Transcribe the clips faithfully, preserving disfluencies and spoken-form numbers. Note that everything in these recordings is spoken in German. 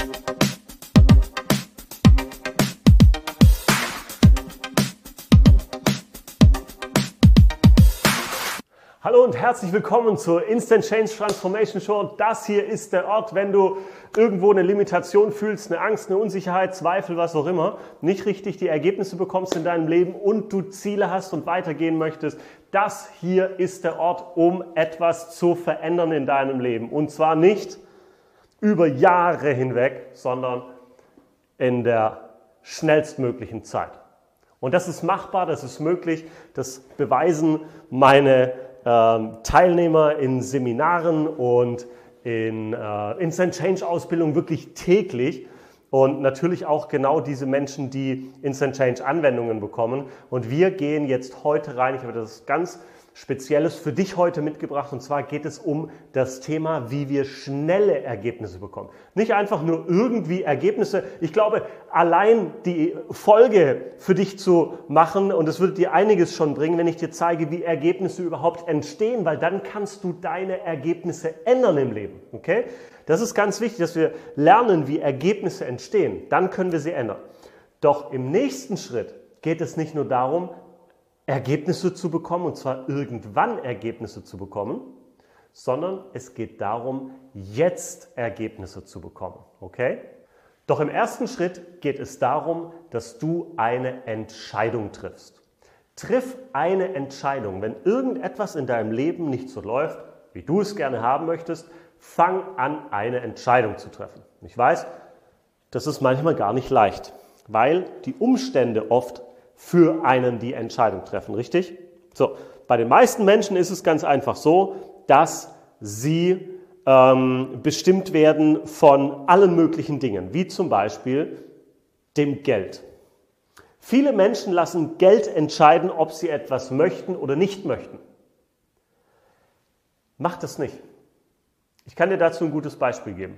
Hallo und herzlich willkommen zur Instant Change Transformation Show. Das hier ist der Ort, wenn du irgendwo eine Limitation fühlst, eine Angst, eine Unsicherheit, Zweifel, was auch immer, nicht richtig die Ergebnisse bekommst in deinem Leben und du Ziele hast und weitergehen möchtest. Das hier ist der Ort, um etwas zu verändern in deinem Leben. Und zwar nicht über Jahre hinweg, sondern in der schnellstmöglichen Zeit. Und das ist machbar, das ist möglich, das beweisen meine ähm, Teilnehmer in Seminaren und in äh, Instant Change Ausbildung wirklich täglich und natürlich auch genau diese Menschen, die Instant Change Anwendungen bekommen. Und wir gehen jetzt heute rein, ich habe das ganz Spezielles für dich heute mitgebracht und zwar geht es um das Thema, wie wir schnelle Ergebnisse bekommen. Nicht einfach nur irgendwie Ergebnisse. Ich glaube, allein die Folge für dich zu machen und es würde dir einiges schon bringen, wenn ich dir zeige, wie Ergebnisse überhaupt entstehen, weil dann kannst du deine Ergebnisse ändern im Leben. Okay? Das ist ganz wichtig, dass wir lernen, wie Ergebnisse entstehen. Dann können wir sie ändern. Doch im nächsten Schritt geht es nicht nur darum, Ergebnisse zu bekommen, und zwar irgendwann Ergebnisse zu bekommen, sondern es geht darum, jetzt Ergebnisse zu bekommen. Okay? Doch im ersten Schritt geht es darum, dass du eine Entscheidung triffst. Triff eine Entscheidung. Wenn irgendetwas in deinem Leben nicht so läuft, wie du es gerne haben möchtest, fang an, eine Entscheidung zu treffen. Ich weiß, das ist manchmal gar nicht leicht, weil die Umstände oft für einen die Entscheidung treffen, richtig? So, bei den meisten Menschen ist es ganz einfach so, dass sie ähm, bestimmt werden von allen möglichen Dingen, wie zum Beispiel dem Geld. Viele Menschen lassen Geld entscheiden, ob sie etwas möchten oder nicht möchten. Mach das nicht. Ich kann dir dazu ein gutes Beispiel geben.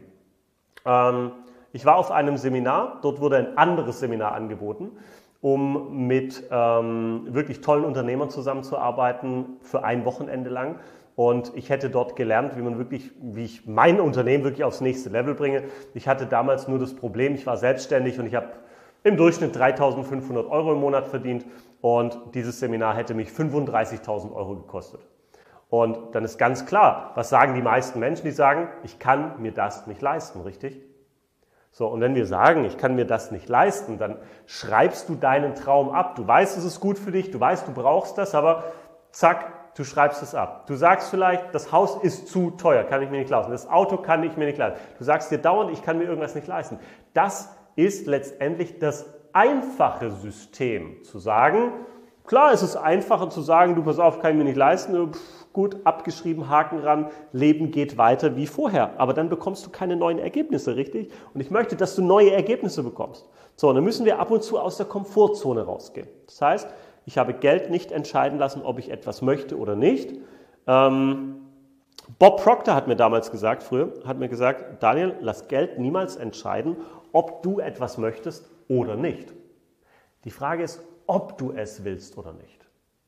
Ähm, ich war auf einem Seminar, dort wurde ein anderes Seminar angeboten, um mit ähm, wirklich tollen Unternehmern zusammenzuarbeiten für ein Wochenende lang. Und ich hätte dort gelernt, wie man wirklich, wie ich mein Unternehmen wirklich aufs nächste Level bringe. Ich hatte damals nur das Problem, ich war selbstständig und ich habe im Durchschnitt dreitausendfünfhundert Euro im Monat verdient und dieses Seminar hätte mich fünfunddreißigtausend Euro gekostet. Und dann ist ganz klar, was sagen die meisten Menschen? Die sagen, ich kann mir das nicht leisten, richtig? So, und wenn wir sagen, ich kann mir das nicht leisten, dann schreibst du deinen Traum ab. Du weißt, es ist gut für dich, du weißt, du brauchst das, aber zack, du schreibst es ab. Du sagst vielleicht, das Haus ist zu teuer, kann ich mir nicht leisten. Das Auto kann ich mir nicht leisten. Du sagst dir dauernd, ich kann mir irgendwas nicht leisten. Das ist letztendlich das einfache System, zu sagen, klar, es ist einfacher zu sagen, du pass auf, kann ich mir nicht leisten, pff, gut, abgeschrieben, Haken ran, Leben geht weiter wie vorher. Aber dann bekommst du keine neuen Ergebnisse, richtig? Und ich möchte, dass du neue Ergebnisse bekommst. So, und dann müssen wir ab und zu aus der Komfortzone rausgehen. Das heißt, ich habe Geld nicht entscheiden lassen, ob ich etwas möchte oder nicht. Ähm, Bob Proctor hat mir damals gesagt, früher, hat mir gesagt, Daniel, lass Geld niemals entscheiden, ob du etwas möchtest oder nicht. Die Frage ist, ob du es willst oder nicht.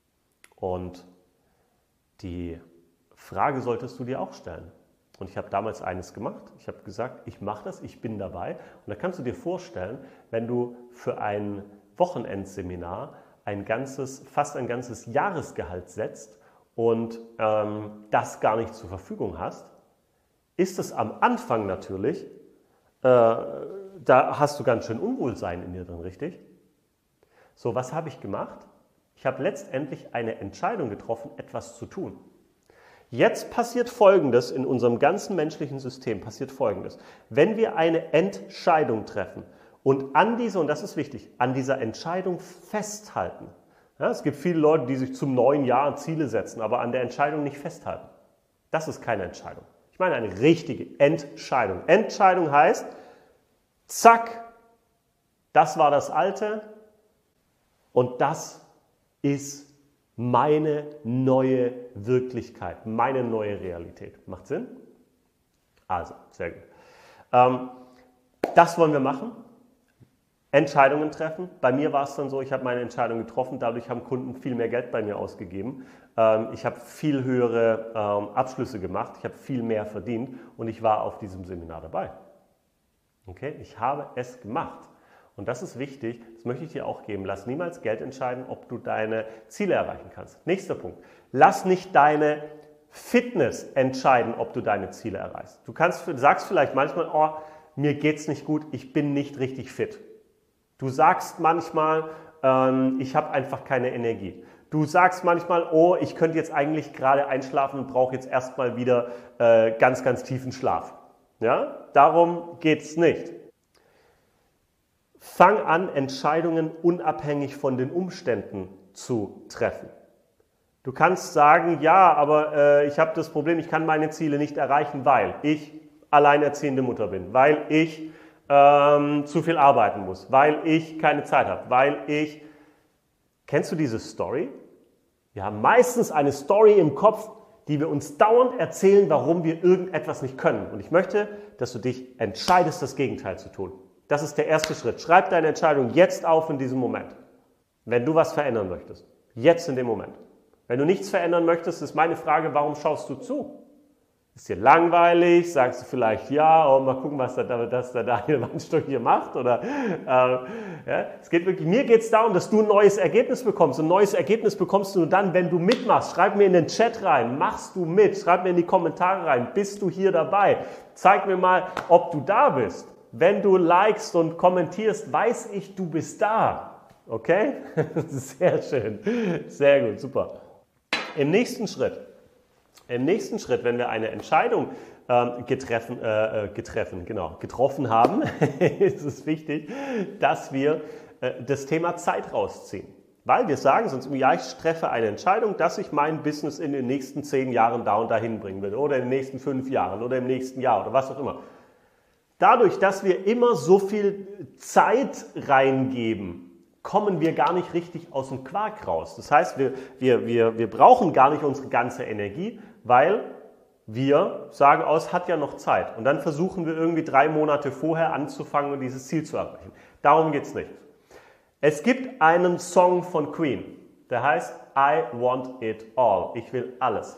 Und die Frage solltest du dir auch stellen. Und ich habe damals eines gemacht. Ich habe gesagt, ich mache das, ich bin dabei. Und da kannst du dir vorstellen, wenn du für ein Wochenendseminar ein ganzes, fast ein ganzes Jahresgehalt setzt und ähm, das gar nicht zur Verfügung hast, ist es am Anfang natürlich, äh, da hast du ganz schön Unwohlsein in dir drin, richtig? So, was habe ich gemacht? Ich habe letztendlich eine Entscheidung getroffen, etwas zu tun. Jetzt passiert Folgendes in unserem ganzen menschlichen System, passiert Folgendes. Wenn wir eine Entscheidung treffen und an dieser, und das ist wichtig, an dieser Entscheidung festhalten. Ja, es gibt viele Leute, die sich zum neuen Jahr Ziele setzen, aber an der Entscheidung nicht festhalten. Das ist keine Entscheidung. Ich meine eine richtige Entscheidung. Entscheidung heißt, zack, das war das Alte und das ist meine neue Wirklichkeit, meine neue Realität. Macht Sinn? Also, sehr gut. Ähm, das wollen wir machen. Entscheidungen treffen. Bei mir war es dann so, ich habe meine Entscheidung getroffen, dadurch haben Kunden viel mehr Geld bei mir ausgegeben. Ähm, ich habe viel höhere ähm, Abschlüsse gemacht, ich habe viel mehr verdient und ich war auf diesem Seminar dabei. Okay? Okay, ich habe es gemacht. Und das ist wichtig, das möchte ich dir auch geben. Lass niemals Geld entscheiden, ob du deine Ziele erreichen kannst. Nächster Punkt. Lass nicht deine Fitness entscheiden, ob du deine Ziele erreichst. Du kannst, sagst vielleicht manchmal, oh, mir geht's nicht gut, ich bin nicht richtig fit. Du sagst manchmal, ähm, ich habe einfach keine Energie. Du sagst manchmal, oh, ich könnte jetzt eigentlich gerade einschlafen und brauche jetzt erstmal wieder äh, ganz, ganz tiefen Schlaf. Ja? Darum geht's nicht. Fang an, Entscheidungen unabhängig von den Umständen zu treffen. Du kannst sagen, ja, aber äh, ich habe das Problem, ich kann meine Ziele nicht erreichen, weil ich alleinerziehende Mutter bin, weil ich ähm, zu viel arbeiten muss, weil ich keine Zeit habe, weil ich... Kennst du diese Story? Wir haben meistens eine Story im Kopf, die wir uns dauernd erzählen, warum wir irgendetwas nicht können. Und ich möchte, dass du dich entscheidest, das Gegenteil zu tun. Das ist der erste Schritt. Schreib deine Entscheidung jetzt auf in diesem Moment. Wenn du was verändern möchtest. Jetzt in dem Moment. Wenn du nichts verändern möchtest, ist meine Frage, warum schaust du zu? Ist dir langweilig? Sagst du vielleicht, ja, oh, mal gucken, was der, das der Daniel Wandstock hier macht? Oder, äh, ja, es geht wirklich, mir geht es darum, dass du ein neues Ergebnis bekommst. Ein neues Ergebnis bekommst du nur dann, wenn du mitmachst. Schreib mir in den Chat rein, machst du mit? Schreib mir in die Kommentare rein, bist du hier dabei? Zeig mir mal, ob du da bist. Wenn du likest und kommentierst, weiß ich, du bist da. Okay? Sehr schön. Sehr gut, super. Im nächsten Schritt, im nächsten Schritt, wenn wir eine Entscheidung ähm, getreffen, äh, getreffen, genau, getroffen haben, ist es wichtig, dass wir äh, das Thema Zeit rausziehen. Weil wir sagen sonst, ja, ich treffe eine Entscheidung, dass ich mein Business in den nächsten zehn Jahren da und dahin bringen will oder in den nächsten fünf Jahren oder im nächsten Jahr oder was auch immer. Dadurch, dass wir immer so viel Zeit reingeben, kommen wir gar nicht richtig aus dem Quark raus. Das heißt, wir, wir, wir, wir brauchen gar nicht unsere ganze Energie, weil wir sagen, oh, es hat ja noch Zeit. Und dann versuchen wir irgendwie drei Monate vorher anzufangen und dieses Ziel zu erreichen. Darum geht es nicht. Es gibt einen Song von Queen, der heißt I want it all. Ich will alles.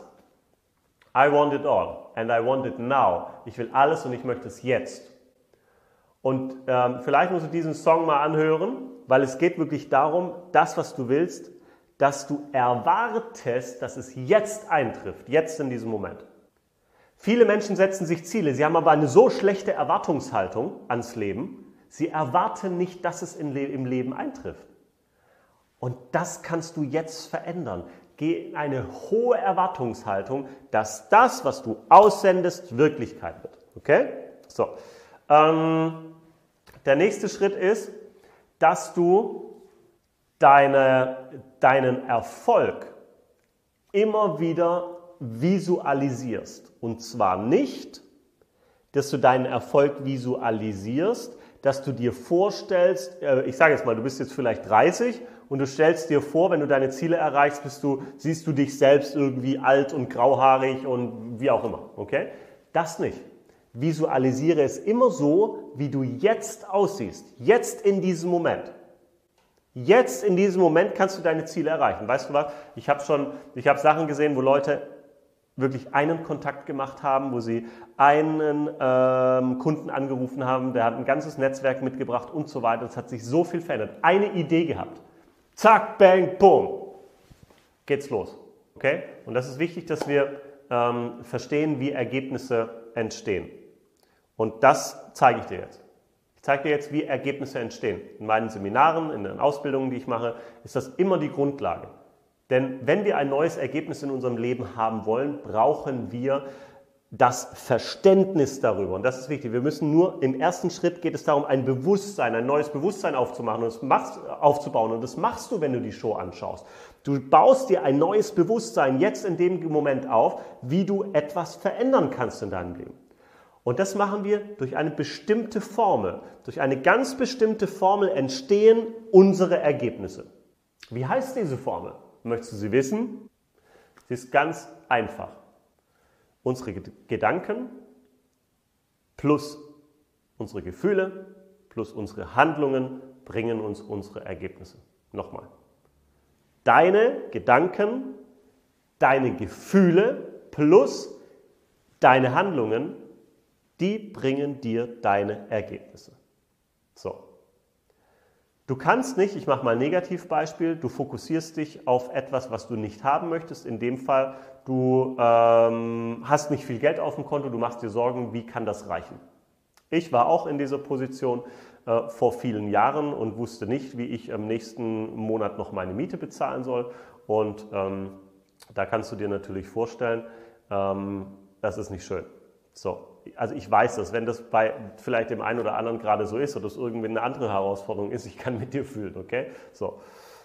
I want it all and I want it now. Ich will alles und ich möchte es jetzt. Und ähm, vielleicht musst du diesen Song mal anhören, weil es geht wirklich darum, das, was du willst, dass du erwartest, dass es jetzt eintrifft, jetzt in diesem Moment. Viele Menschen setzen sich Ziele, sie haben aber eine so schlechte Erwartungshaltung ans Leben, sie erwarten nicht, dass es im Leben eintrifft. Und das kannst du jetzt verändern. Geh in eine hohe Erwartungshaltung, dass das, was du aussendest, Wirklichkeit wird. Okay? So. Ähm, der nächste Schritt ist, dass du deine, deinen Erfolg immer wieder visualisierst. Und zwar nicht, dass du deinen Erfolg visualisierst, dass du dir vorstellst, ich sage jetzt mal, du bist jetzt vielleicht dreißig und du stellst dir vor, wenn du deine Ziele erreichst, bist du, siehst du dich selbst irgendwie alt und grauhaarig und wie auch immer. Okay? Das nicht. Visualisiere es immer so, wie du jetzt aussiehst. Jetzt in diesem Moment. Jetzt in diesem Moment kannst du deine Ziele erreichen. Weißt du was? Ich habe schon, ich habe Sachen gesehen, wo Leute wirklich einen Kontakt gemacht haben, wo sie einen ähm, Kunden angerufen haben, der hat ein ganzes Netzwerk mitgebracht und so weiter. Es hat sich so viel verändert. Eine Idee gehabt. Zack, bang, boom. Geht's los. Okay? Und das ist wichtig, dass wir ähm, verstehen, wie Ergebnisse entstehen. Und das zeige ich dir jetzt. Ich zeige dir jetzt, wie Ergebnisse entstehen. In meinen Seminaren, in den Ausbildungen, die ich mache, ist das immer die Grundlage. Denn wenn wir ein neues Ergebnis in unserem Leben haben wollen, brauchen wir das Verständnis darüber. Und das ist wichtig. Wir müssen nur, im ersten Schritt geht es darum, ein Bewusstsein, ein neues Bewusstsein aufzumachen und das machst, aufzubauen. Und das machst du, wenn du die Show anschaust. Du baust dir ein neues Bewusstsein jetzt in dem Moment auf, wie du etwas verändern kannst in deinem Leben. Und das machen wir durch eine bestimmte Formel. Durch eine ganz bestimmte Formel entstehen unsere Ergebnisse. Wie heißt diese Formel? Möchtest du sie wissen? Sie ist ganz einfach. Unsere Gedanken plus unsere Gefühle plus unsere Handlungen bringen uns unsere Ergebnisse. Nochmal. Deine Gedanken, deine Gefühle plus deine Handlungen, die bringen dir deine Ergebnisse. So. Du kannst nicht, ich mache mal ein Negativbeispiel, du fokussierst dich auf etwas, was du nicht haben möchtest. In dem Fall, du ähm, hast nicht viel Geld auf dem Konto, du machst dir Sorgen, wie kann das reichen? Ich war auch in dieser Position äh, vor vielen Jahren und wusste nicht, wie ich im nächsten Monat noch meine Miete bezahlen soll. Und ähm, da kannst du dir natürlich vorstellen, ähm, das ist nicht schön. So. Also ich weiß das, wenn das bei vielleicht dem einen oder anderen gerade so ist oder es irgendwie eine andere Herausforderung ist, ich kann mit dir fühlen, okay? So.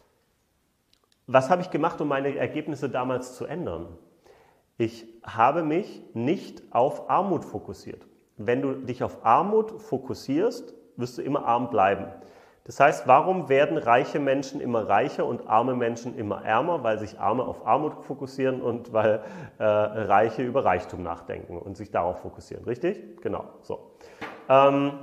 Was habe ich gemacht, um meine Ergebnisse damals zu ändern? Ich habe mich nicht auf Armut fokussiert. Wenn du dich auf Armut fokussierst, wirst du immer arm bleiben. Das heißt, warum werden reiche Menschen immer reicher und arme Menschen immer ärmer? Weil sich Arme auf Armut fokussieren und weil äh, Reiche über Reichtum nachdenken und sich darauf fokussieren. Richtig? Genau. So. Ähm,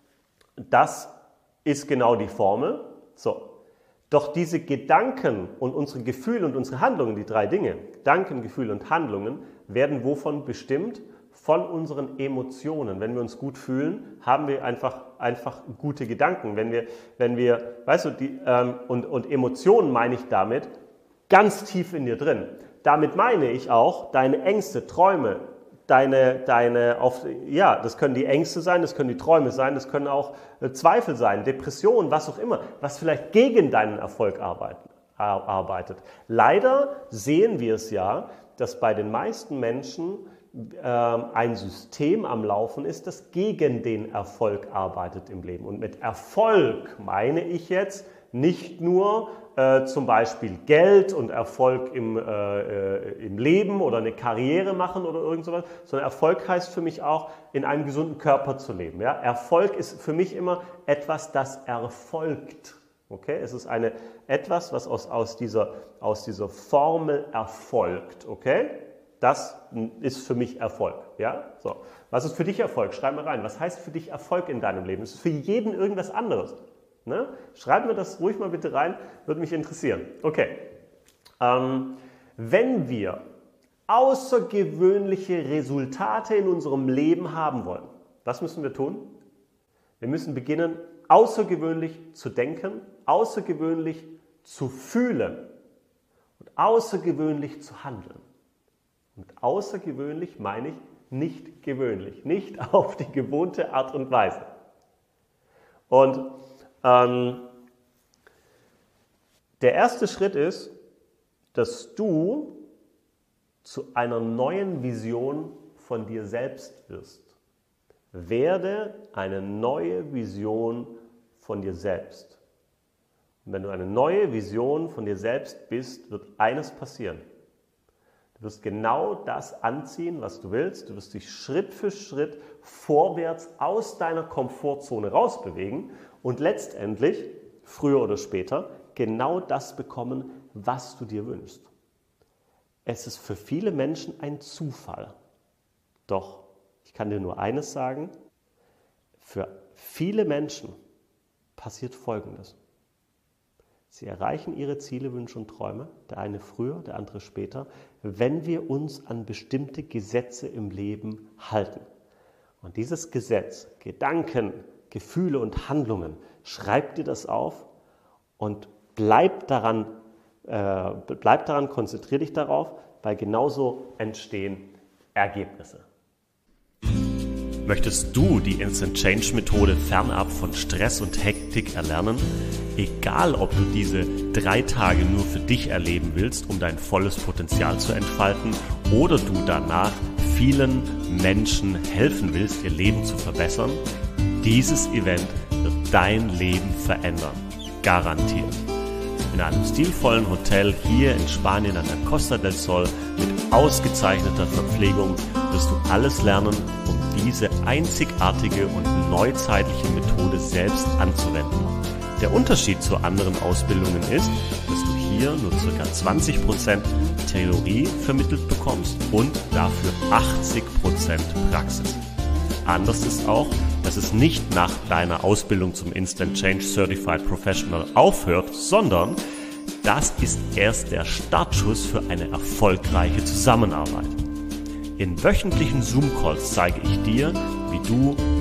das ist genau die Formel. So. Doch diese Gedanken und unsere Gefühle und unsere Handlungen, die drei Dinge, Gedanken, Gefühle und Handlungen, werden wovon bestimmt? Von unseren Emotionen. Wenn wir uns gut fühlen, haben wir einfach, einfach gute Gedanken. Wenn wir, wenn wir weißt du, die, ähm, und, und Emotionen meine ich damit ganz tief in dir drin. Damit meine ich auch deine Ängste, Träume, deine, deine, auf, ja, das können die Ängste sein, das können die Träume sein, das können auch äh, Zweifel sein, Depressionen, was auch immer, was vielleicht gegen deinen Erfolg arbeiten, äh, arbeitet. Leider sehen wir es ja, dass bei den meisten Menschen ein System am Laufen ist, das gegen den Erfolg arbeitet im Leben. Und mit Erfolg meine ich jetzt nicht nur äh, zum Beispiel Geld und Erfolg im, äh, im Leben oder eine Karriere machen oder irgend sowas, sondern Erfolg heißt für mich auch, in einem gesunden Körper zu leben. Ja? Erfolg ist für mich immer etwas, das erfolgt. Okay? Es ist eine, etwas, was aus, aus, dieser, aus dieser Formel erfolgt. Okay? Das ist für mich Erfolg. Ja? So. Was ist für dich Erfolg? Schreib mal rein. Was heißt für dich Erfolg in deinem Leben? Es ist für jeden irgendwas anderes. Ne? Schreib mir das ruhig mal bitte rein, würde mich interessieren. Okay. Ähm, wenn wir außergewöhnliche Resultate in unserem Leben haben wollen, was müssen wir tun? Wir müssen beginnen, außergewöhnlich zu denken, außergewöhnlich zu fühlen und außergewöhnlich zu handeln. Mit außergewöhnlich meine ich nicht gewöhnlich, nicht auf die gewohnte Art und Weise. Und ähm, der erste Schritt ist, dass du zu einer neuen Vision von dir selbst wirst. Werde eine neue Vision von dir selbst. Und wenn du eine neue Vision von dir selbst bist, wird eines passieren. Du wirst genau das anziehen, was du willst. Du wirst dich Schritt für Schritt vorwärts aus deiner Komfortzone rausbewegen und letztendlich, früher oder später, genau das bekommen, was du dir wünschst. Es ist für viele Menschen ein Zufall. Doch, ich kann dir nur eines sagen, für viele Menschen passiert Folgendes. Sie erreichen ihre Ziele, Wünsche und Träume, der eine früher, der andere später, wenn wir uns an bestimmte Gesetze im Leben halten. Und dieses Gesetz, Gedanken, Gefühle und Handlungen, schreib dir das auf und bleib daran, äh, bleib daran, konzentrier dich darauf, weil genauso entstehen Ergebnisse. Möchtest du die Instant Change Methode fernab von Stress und Hektik erlernen? Egal, ob du diese drei Tage nur für dich erleben willst, um dein volles Potenzial zu entfalten, oder du danach vielen Menschen helfen willst, ihr Leben zu verbessern, dieses Event wird dein Leben verändern. Garantiert. In einem stilvollen Hotel hier in Spanien an der Costa del Sol mit ausgezeichneter Verpflegung wirst du alles lernen, um diese einzigartige und neuzeitliche Methode selbst anzuwenden. Der Unterschied zu anderen Ausbildungen ist, dass du hier nur ca. zwanzig Prozent Theorie vermittelt bekommst und dafür achtzig Prozent Praxis. Anders ist auch, dass es nicht nach deiner Ausbildung zum Instant Change Certified Professional aufhört, sondern das ist erst der Startschuss für eine erfolgreiche Zusammenarbeit. In wöchentlichen Zoom-Calls zeige ich dir, wie du mit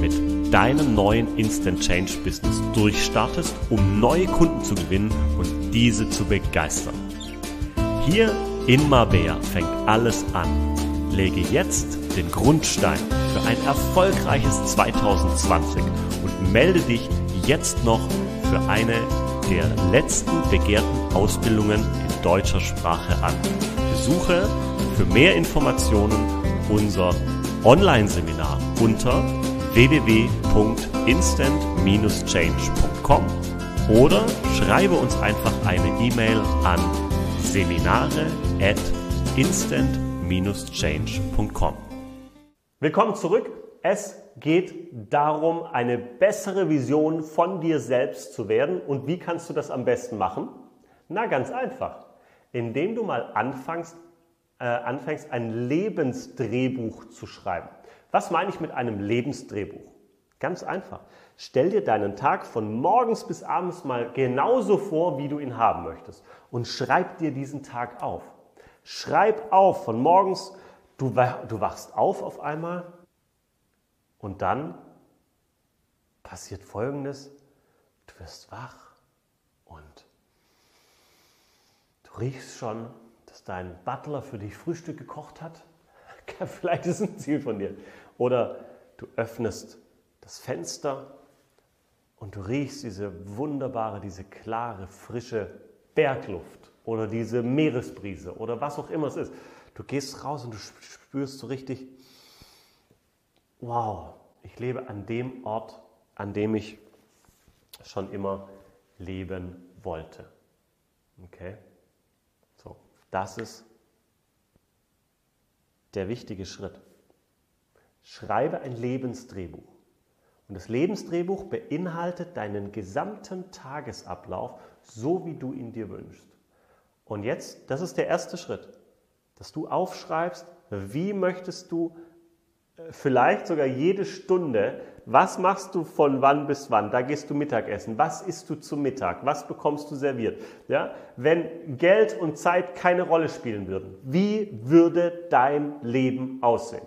deinem neuen Instant Change Business durchstartest, um neue Kunden zu gewinnen und diese zu begeistern. Hier in Marbella fängt alles an. Lege jetzt den Grundstein für ein erfolgreiches zwanzig zwanzig und melde dich jetzt noch für eine der letzten begehrten Ausbildungen in deutscher Sprache an. Besuche für mehr Informationen unser Online-Seminar unter w w w punkt instant dash change punkt com oder schreibe uns einfach eine E-Mail an seminare at instant dash change punkt com. Willkommen zurück. Es geht darum, eine bessere Vision von dir selbst zu werden. Und wie kannst du das am besten machen? Na, ganz einfach. Indem du mal anfängst, äh, anfängst, ein Lebensdrehbuch zu schreiben. Was meine ich mit einem Lebensdrehbuch? Ganz einfach. Stell dir deinen Tag von morgens bis abends mal genauso vor, wie du ihn haben möchtest. Und schreib dir diesen Tag auf. Schreib auf von morgens, du, du wachst auf auf einmal und dann passiert Folgendes. Du wirst wach und du riechst schon, dass dein Butler für dich Frühstück gekocht hat. Vielleicht ist es ein Ziel von dir. Oder du öffnest das Fenster und du riechst diese wunderbare, diese klare, frische Bergluft oder diese Meeresbrise oder was auch immer es ist. Du gehst raus und du spürst so richtig, wow, ich lebe an dem Ort, an dem ich schon immer leben wollte. Okay? So, das ist der wichtige Schritt. Schreibe ein Lebensdrehbuch. Und das Lebensdrehbuch beinhaltet deinen gesamten Tagesablauf, so wie du ihn dir wünschst. Und jetzt, das ist der erste Schritt, dass du aufschreibst, wie möchtest du vielleicht sogar jede Stunde, was machst du von wann bis wann? Da gehst du Mittagessen. Was isst du zum Mittag? Was bekommst du serviert? Ja? Wenn Geld und Zeit keine Rolle spielen würden, wie würde dein Leben aussehen?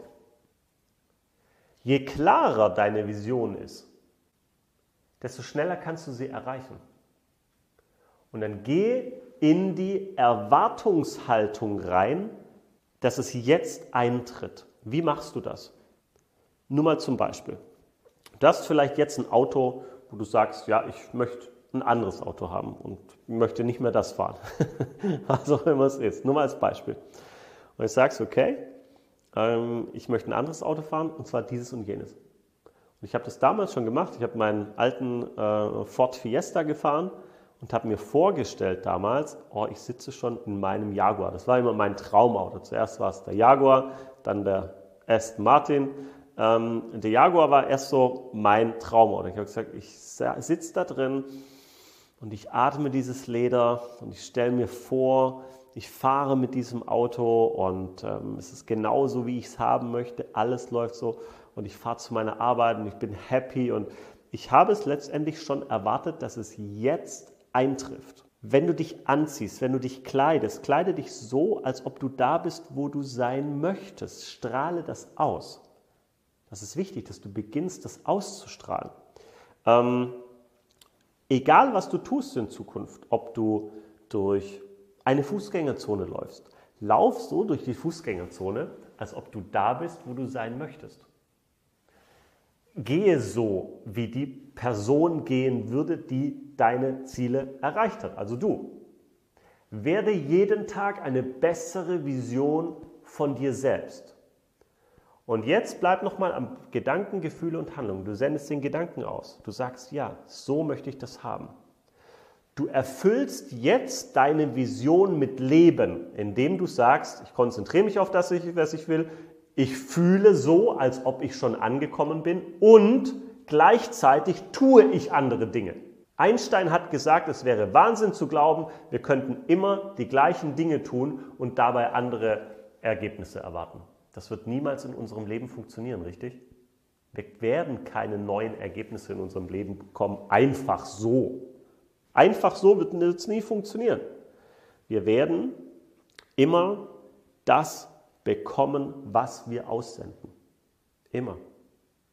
Je klarer deine Vision ist, desto schneller kannst du sie erreichen. Und dann geh in die Erwartungshaltung rein, dass es jetzt eintritt. Wie machst du das? Nur mal zum Beispiel. Du hast vielleicht jetzt ein Auto, wo du sagst, ja, ich möchte ein anderes Auto haben und möchte nicht mehr das fahren. Was auch immer es ist. Nur mal als Beispiel. Und jetzt sagst du, okay, ähm, ich möchte ein anderes Auto fahren und zwar dieses und jenes. Und ich habe das damals schon gemacht. Ich habe meinen alten äh, Ford Fiesta gefahren und habe mir vorgestellt damals, oh, ich sitze schon in meinem Jaguar. Das war immer mein Traumauto. Zuerst war es der Jaguar, dann der Aston Martin. Ähm, der Jaguar war erst so mein Traumauto. Ich habe gesagt, ich sitze da drin und ich atme dieses Leder und ich stelle mir vor, ich fahre mit diesem Auto und ähm, es ist genauso, wie ich es haben möchte. Alles läuft so und ich fahre zu meiner Arbeit und ich bin happy und ich habe es letztendlich schon erwartet, dass es jetzt eintrifft. Wenn du dich anziehst, wenn du dich kleidest, kleide dich so, als ob du da bist, wo du sein möchtest. Strahle das aus. Das ist wichtig, dass du beginnst, das auszustrahlen. Ähm, egal, was du tust in Zukunft, ob du durch eine Fußgängerzone läufst, lauf so durch die Fußgängerzone, als ob du da bist, wo du sein möchtest. Gehe so, wie die Person gehen würde, die deine Ziele erreicht hat, also du. Werde jeden Tag eine bessere Vision von dir selbst. Und jetzt bleib nochmal am Gedanken, Gefühle und Handlungen. Du sendest den Gedanken aus. Du sagst, ja, so möchte ich das haben. Du erfüllst jetzt deine Vision mit Leben, indem du sagst, ich konzentriere mich auf das, was ich will. Ich fühle so, als ob ich schon angekommen bin und gleichzeitig tue ich andere Dinge. Einstein hat gesagt, es wäre Wahnsinn zu glauben, wir könnten immer die gleichen Dinge tun und dabei andere Ergebnisse erwarten. Das wird niemals in unserem Leben funktionieren, richtig? Wir werden keine neuen Ergebnisse in unserem Leben bekommen, einfach so. Einfach so wird es nie funktionieren. Wir werden immer das bekommen, was wir aussenden. Immer.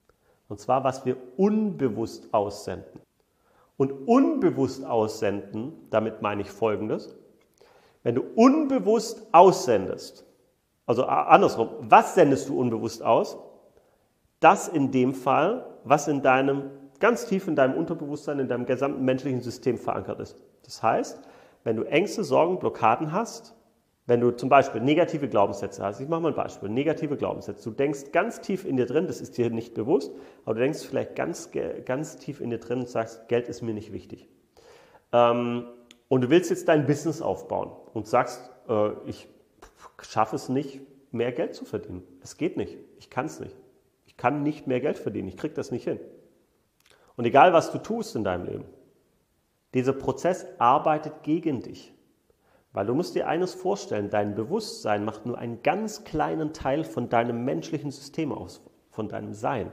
Und zwar, was wir unbewusst aussenden. Und unbewusst aussenden, damit meine ich Folgendes. Wenn du unbewusst aussendest, also andersrum, was sendest du unbewusst aus? Das in dem Fall, was in deinem, ganz tief in deinem Unterbewusstsein, in deinem gesamten menschlichen System verankert ist. Das heißt, wenn du Ängste, Sorgen, Blockaden hast, wenn du zum Beispiel negative Glaubenssätze hast, ich mache mal ein Beispiel, negative Glaubenssätze, du denkst ganz tief in dir drin, das ist dir nicht bewusst, aber du denkst vielleicht ganz, ganz tief in dir drin und sagst, Geld ist mir nicht wichtig. Ähm, und du willst jetzt dein Business aufbauen und sagst, äh, ich schaffe es nicht, mehr Geld zu verdienen. Es geht nicht, ich kann es nicht. Ich kann nicht mehr Geld verdienen, ich kriege das nicht hin. Und egal, was du tust in deinem Leben, dieser Prozess arbeitet gegen dich. Weil du musst dir eines vorstellen, dein Bewusstsein macht nur einen ganz kleinen Teil von deinem menschlichen System aus, von deinem Sein.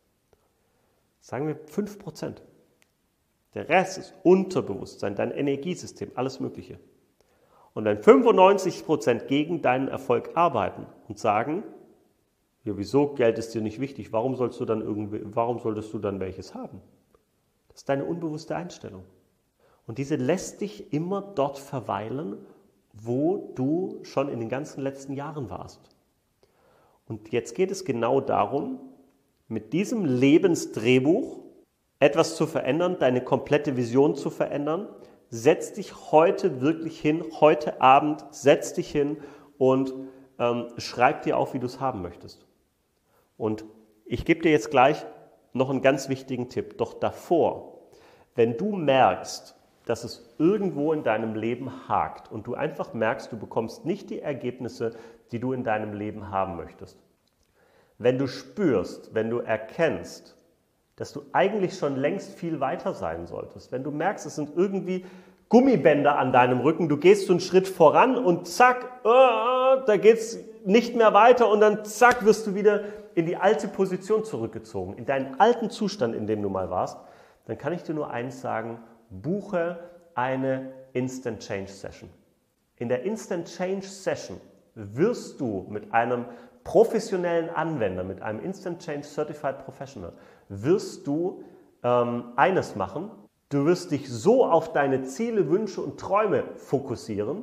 Sagen wir fünf Prozent. Der Rest ist Unterbewusstsein, dein Energiesystem, alles Mögliche. Und wenn fünfundneunzig Prozent gegen deinen Erfolg arbeiten und sagen, ja, wieso, Geld ist dir nicht wichtig, warum sollst du dann irgendwie, warum solltest du dann welches haben? Das ist deine unbewusste Einstellung. Und diese lässt dich immer dort verweilen, wo du schon in den ganzen letzten Jahren warst. Und jetzt geht es genau darum, mit diesem Lebensdrehbuch etwas zu verändern, deine komplette Vision zu verändern. Setz dich heute wirklich hin, heute Abend, setz dich hin und ähm, schreib dir auf, wie du es haben möchtest. Und ich gebe dir jetzt gleich noch einen ganz wichtigen Tipp. Doch davor, wenn du merkst, dass es irgendwo in deinem Leben hakt und du einfach merkst, du bekommst nicht die Ergebnisse, die du in deinem Leben haben möchtest. Wenn du spürst, wenn du erkennst, dass du eigentlich schon längst viel weiter sein solltest, wenn du merkst, es sind irgendwie Gummibänder an deinem Rücken, du gehst so einen Schritt voran und zack, uh, da geht es nicht mehr weiter und dann zack, wirst du wieder in die alte Position zurückgezogen, in deinen alten Zustand, in dem du mal warst, dann kann ich dir nur eins sagen, buche eine Instant Change Session. In der Instant Change Session wirst du mit einem professionellen Anwender, mit einem Instant Change Certified Professional, wirst du ähm, eines machen. Du wirst dich so auf deine Ziele, Wünsche und Träume fokussieren.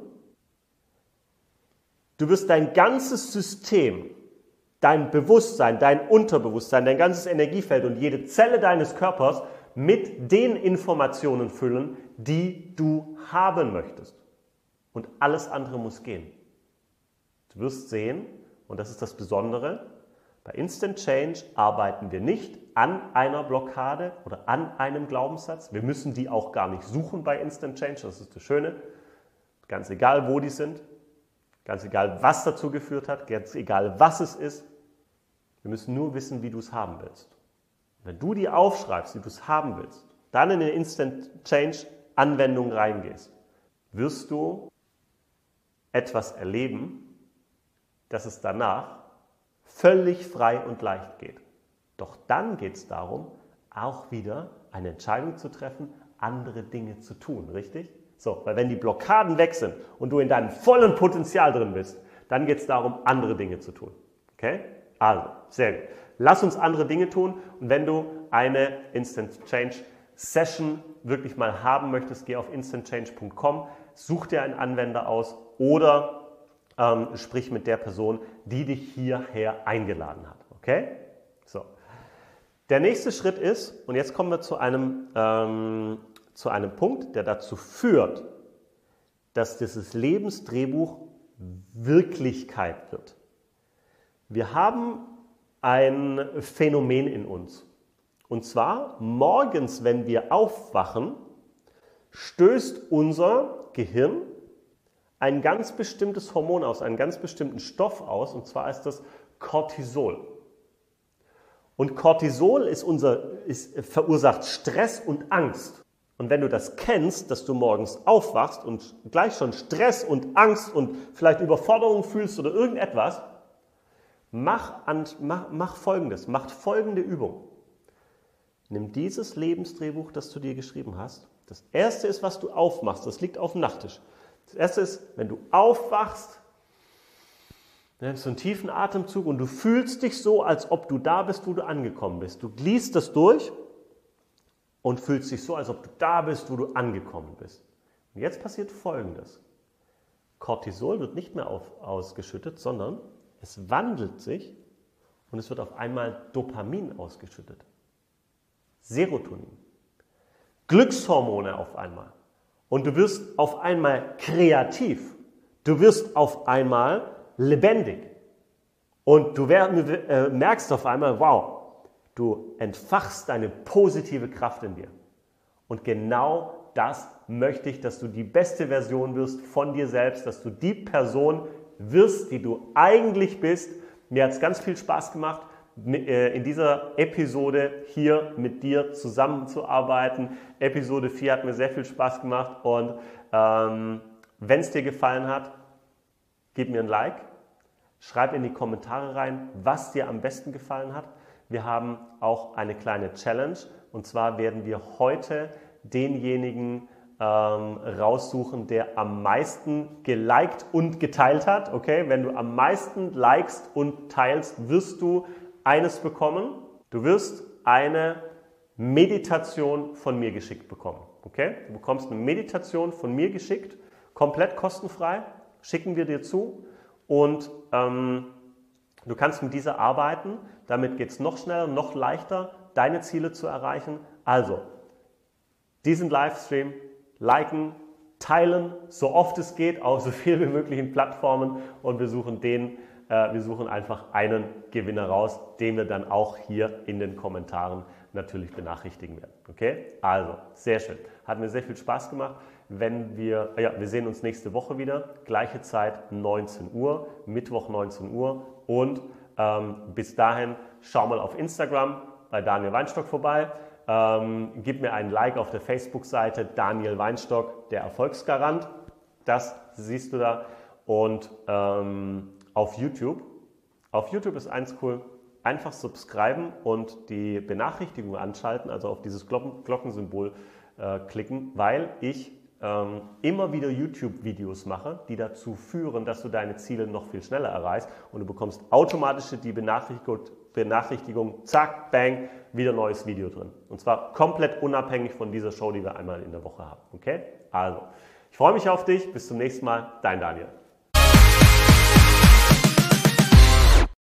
Du wirst dein ganzes System, dein Bewusstsein, dein Unterbewusstsein, dein ganzes Energiefeld und jede Zelle deines Körpers mit den Informationen füllen, die du haben möchtest. Und alles andere muss gehen. Du wirst sehen, und das ist das Besondere, bei Instant Change arbeiten wir nicht an einer Blockade oder an einem Glaubenssatz. Wir müssen die auch gar nicht suchen bei Instant Change, das ist das Schöne. Ganz egal, wo die sind, ganz egal, was dazu geführt hat, ganz egal, was es ist. Wir müssen nur wissen, wie du es haben willst. Wenn du die aufschreibst, wie du es haben willst, dann in eine Instant Change Anwendung reingehst, wirst du etwas erleben, dass es danach völlig frei und leicht geht. Doch dann geht es darum, auch wieder eine Entscheidung zu treffen, andere Dinge zu tun, richtig? So, weil wenn die Blockaden weg sind und du in deinem vollen Potenzial drin bist, dann geht es darum, andere Dinge zu tun. Okay? Also, sehr gut. Lass uns andere Dinge tun und wenn du eine Instant Change Session wirklich mal haben möchtest, geh auf instant change punkt com, such dir einen Anwender aus oder ähm, sprich mit der Person, die dich hierher eingeladen hat. Okay? So. Der nächste Schritt ist, und jetzt kommen wir zu einem, ähm, zu einem Punkt, der dazu führt, dass dieses Lebensdrehbuch Wirklichkeit wird. Wir haben ein Phänomen in uns. Und zwar morgens, wenn wir aufwachen, stößt unser Gehirn ein ganz bestimmtes Hormon aus, einen ganz bestimmten Stoff aus, und zwar ist das Cortisol. Und Cortisol ist unser, ist, verursacht Stress und Angst. Und wenn du das kennst, dass du morgens aufwachst und gleich schon Stress und Angst und vielleicht Überforderung fühlst oder irgendetwas, mach, an, mach, mach Folgendes, mach folgende Übung. Nimm dieses Lebensdrehbuch, das du dir geschrieben hast. Das erste ist, was du aufmachst, das liegt auf dem Nachttisch. Das erste ist, wenn du aufwachst, Du nimmst so einen tiefen Atemzug und du fühlst dich so, als ob du da bist, wo du angekommen bist. Du liest das durch und fühlst dich so, als ob du da bist, wo du angekommen bist. Und jetzt passiert Folgendes. Cortisol wird nicht mehr auf, ausgeschüttet, sondern es wandelt sich und es wird auf einmal Dopamin ausgeschüttet. Serotonin. Glückshormone auf einmal. Und du wirst auf einmal kreativ. Du wirst auf einmal lebendig. Und du merkst auf einmal, wow, du entfachst deine positive Kraft in dir. Und genau das möchte ich, dass du die beste Version wirst von dir selbst, dass du die Person wirst, die du eigentlich bist. Mir hat es ganz viel Spaß gemacht, in dieser Episode hier mit dir zusammenzuarbeiten. Episode vier hat mir sehr viel Spaß gemacht und ähm, wenn es dir gefallen hat, gib mir ein Like, schreib in die Kommentare rein, was dir am besten gefallen hat. Wir haben auch eine kleine Challenge und zwar werden wir heute denjenigen ähm, raussuchen, der am meisten geliked und geteilt hat. Okay, wenn du am meisten likest und teilst, wirst du eines bekommen. Du wirst eine Meditation von mir geschickt bekommen. Okay, du bekommst eine Meditation von mir geschickt, komplett kostenfrei, schicken wir dir zu und ähm, du kannst mit dieser arbeiten. Damit geht es noch schneller, noch leichter, deine Ziele zu erreichen. Also, diesen Livestream liken, teilen, so oft es geht, auf so viel wie möglich in Plattformen und wir suchen den, äh, wir suchen einfach einen Gewinner raus, den wir dann auch hier in den Kommentaren natürlich benachrichtigen werden. Okay? Also, sehr schön. Hat mir sehr viel Spaß gemacht. Wenn wir, ja, wir sehen uns nächste Woche wieder, gleiche Zeit neunzehn Uhr, Mittwoch neunzehn Uhr und ähm, bis dahin schau mal auf Instagram bei Daniel Weinstock vorbei. Ähm, gib mir einen Like auf der Facebook-Seite Daniel Weinstock, der Erfolgsgarant. Das siehst du da. Und ähm, auf YouTube. Auf YouTube ist eins cool. Einfach subscriben und die Benachrichtigung anschalten, also auf dieses Glocken Glockensymbol äh, klicken, weil ich ähm, immer wieder YouTube-Videos mache, die dazu führen, dass du deine Ziele noch viel schneller erreichst und du bekommst automatisch die Benachrichtigung, Benachrichtigung, zack, bang, wieder neues Video drin. Und zwar komplett unabhängig von dieser Show, die wir einmal in der Woche haben. Okay? Also, ich freue mich auf dich. Bis zum nächsten Mal. Dein Daniel.